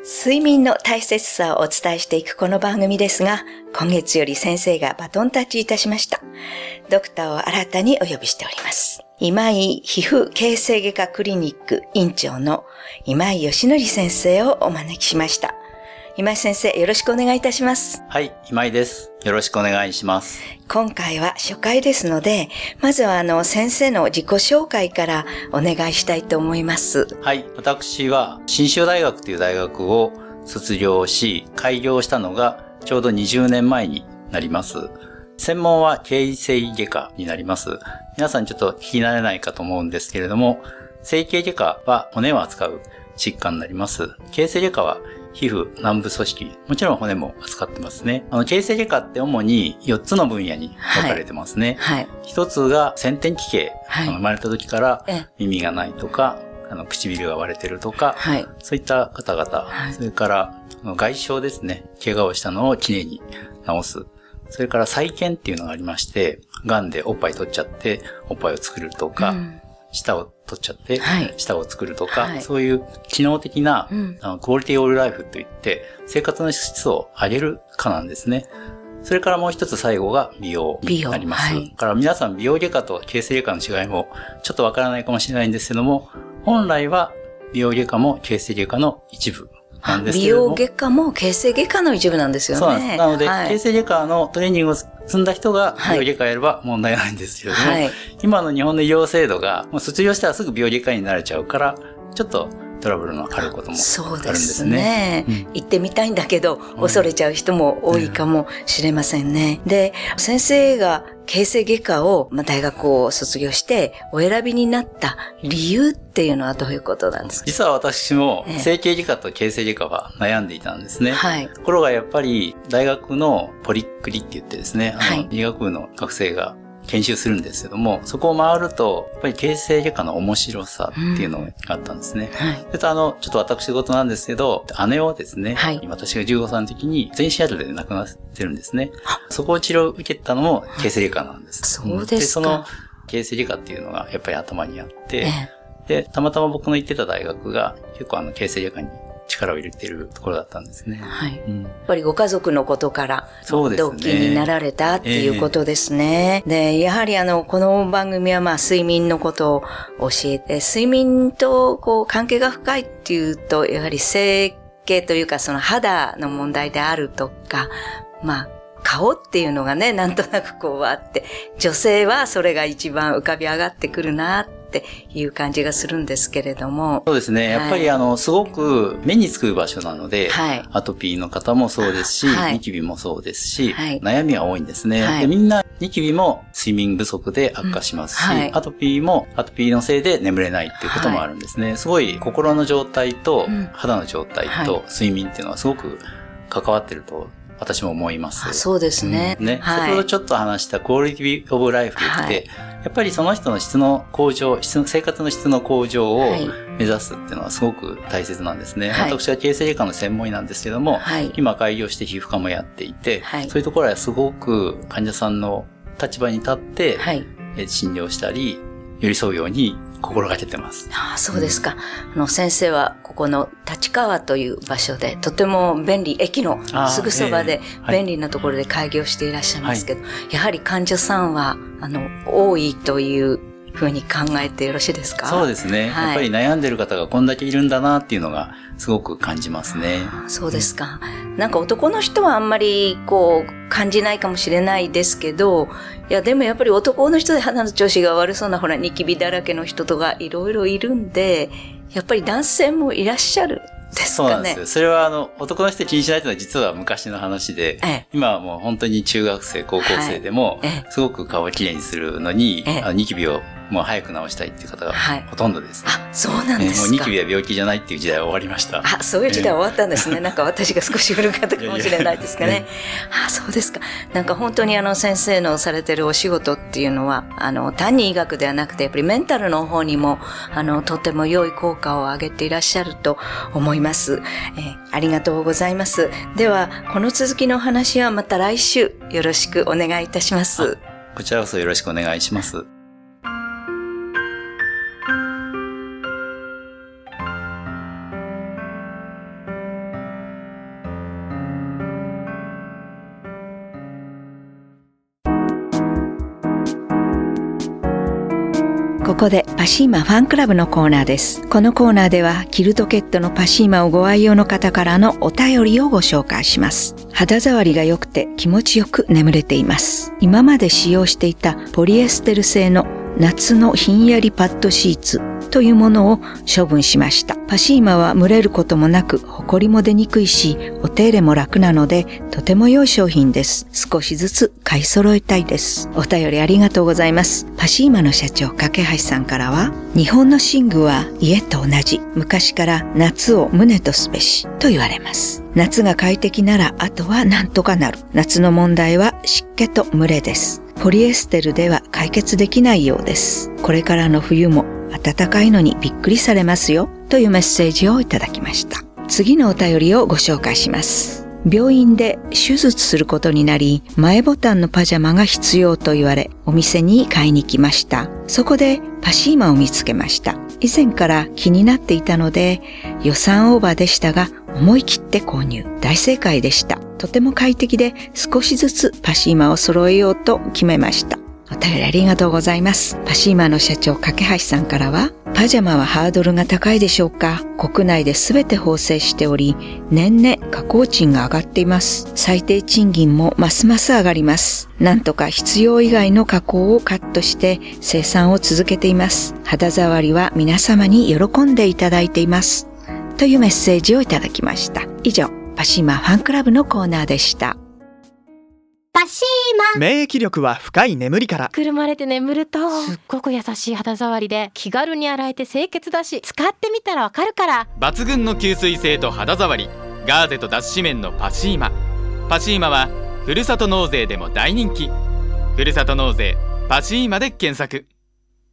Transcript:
睡眠の大切さをお伝えしていくこの番組ですが、今月より先生がバトンタッチいたしました。ドクターを新たにお呼びしております。今井皮膚形成外科クリニック院長の今井義則先生をお招きしました。今井先生、よろしくお願いいたします。 はい、今井です。よろしくお願いします。 今回は初回ですので、まずは先生の自己紹介からお願いしたいと思います。 はい、私は信州大学という大学を卒業し、開業したのがちょうど20年前になります。専門は形成外科になります。皆さんちょっと聞き慣れないかと思うんですけれども、整形外科は骨を扱う疾患になります。形成外科は皮膚、軟部組織、もちろん骨も扱ってますね。形成外科って主に4つの分野に分かれてますね。 はい。 一つが先天奇形、生まれた時から耳がないとか、唇が割れてるとか、 はい、 そういった方々、それから外傷ですね、怪我をしたのをきれいに治す。それから再建っていうのがありまして、癌でおっぱい取っちゃっておっぱいを作るとか、舌を取っちゃって、舌を作るとか、そういう機能的な、クオリティオブライフといって、生活の質を上げる科なんですね。それからもう一つ最後が美容になります。だから皆さん美容外科と形成外科の違いもちょっとわからないかもしれないんですけども、本来は美容外科も形成外科の一部なんですけれども。 美容外科も形成外科の一部なんですよね。 そうなんです。なので、形成外科のトレーニングを積んだ人が美容外科やれば問題ないんですけれども、今の日本の医療制度がもう卒業したらすぐ美容外科になれちゃうから、ちょっとトラブルのあることもあるんですね。 そうですね。行ってみたいんだけど、恐れちゃう人も多いかもしれませんね。で、先生が形成外科を、大学を卒業してお選びになった理由っていうのはどういうことなんですか？ 実は私も整形外科と形成外科は悩んでいたんですね。ところがやっぱり大学のポリクリって言ってですね、医学部の学生が研修するんですけども、そこを回ると、やっぱり形成外科の面白さっていうのがあったんですね。それとちょっと私事なんですけど、姉をですね、私が15歳の時に全身アルで亡くなってるんですね。そこを治療を受けたのも形成外科なんです。 そうですか。 で、その形成外科っていうのがやっぱり頭にあって、で、たまたま僕の行ってた大学が結構形成外科に力を入れているところだったんですね。 やっぱりご家族のことから動機になられたっていうことですね。で、やはりこの番組は睡眠のことを教えて、睡眠と関係が深いっていうと、やはり整形というかその肌の問題であるとか、顔っていうのがね、なんとなくあって、女性はそれが一番浮かび上がってくるなっていう感じがするんですけれども。 そうですね。やっぱりすごく目につく場所なので、アトピーの方もそうですし、ニキビもそうですし、悩みは多いんですね。で、みんなニキビも睡眠不足で悪化しますし、アトピーもアトピーのせいで眠れないっていうこともあるんですね。すごい心の状態と肌の状態と睡眠っていうのはすごく関わってると私も思います。 そうですね。 先ほどちょっと話したクオリティオブライフといって、やっぱりその人の質の向上、生活の質の向上を目指すっていうのはすごく大切なんですね。私は形成外科の専門医なんですけども、今開業して皮膚科もやっていて、そういうところはすごく患者さんの立場に立って、診療したり、寄り添うように心がけてます。 そうですか。先生はここの立川という場所でとても便利、駅のすぐそばで便利なところで開業していらっしゃいますけど、やはり患者さんは多いというふうに考えてよろしいですか？ そうですね。やっぱり悩んでる方がこんだけいるんだなっていうのがすごく感じますね。 そうですか。なんか男の人はあんまり感じないかもしれないですけど、いやでもやっぱり男の人で肌の調子が悪そうなニキビだらけの人とかいろいろいるんで、やっぱり男性もいらっしゃるですかね。 そうなんですよ。それは男の人気にしないというのは実は昔の話で、今はもう本当に中学生、高校生でも、すごく顔をきれいにするのに、ニキビをもう早く治したいっていう方がほとんどです、ね。 そうなんですか。 もうニキビは病気じゃないっていう時代は終わりました。 そういう時代は終わったんですね。なんか私が少し古かったかもしれないですかね。そうですか。なんか本当に先生のされてるお仕事っていうのは、単に医学ではなくて、やっぱりメンタルの方にも、とても良い効果を上げていらっしゃると思います。ありがとうございます。では、この続きの話はまた来週よろしくお願いいたします。 こちらこそよろしくお願いします。 こでパシーマファンクラブのコーナーです。このコーナーではキルトケットのパシーマをご愛用の方からのお便りをご紹介します。肌触りが良くて気持ちよく眠れています。今まで使用していたポリエステル製の夏のひんやりパッドシーツというものを処分しました。パシーマは蒸れることもなく、ホコリも出にくいし、お手入れも楽なので、とても良い商品です。少しずつ買い揃えたいです。お便りありがとうございます。パシーマの社長、架橋さんからは、日本の寝具は家と同じ。昔から夏を胸とすべしと言われます。夏が快適なら、あとはなんとかなる。夏の問題は湿気と蒸れです。ポリエステルでは解決できないようです。これからの冬も暖かいのにびっくりされますよというメッセージをいただきました。次のお便りをご紹介します。病院で手術することになり、前ボタンのパジャマが必要と言われ、お店に買いに来ました。そこでパシーマを見つけました。以前から気になっていたので、予算オーバーでしたが、思い切って購入。大正解でした。とても快適で少しずつパシーマを揃えようと決めました。お便りありがとうございます。パシーマの社長、架橋さんからは、パジャマはハードルが高いでしょうか。国内で全て縫製しており、年々加工賃が上がっています。最低賃金もますます上がります。なんとか必要以外の加工をカットして生産を続けています。肌触りは皆様に喜んでいただいています。というメッセージをいただきました。以上、パシーマファンクラブのコーナーでした。 パシーマ。 免疫力は深い眠りから。 くるまれて眠るとすっごく優しい肌触りで気軽に洗えて清潔だし、使ってみたらわかるから。 抜群の吸水性と肌触り、ガーゼと脱脂綿のパシーマ。パシーマはふるさと納税でも大人気。ふるさと納税パシーマで検索。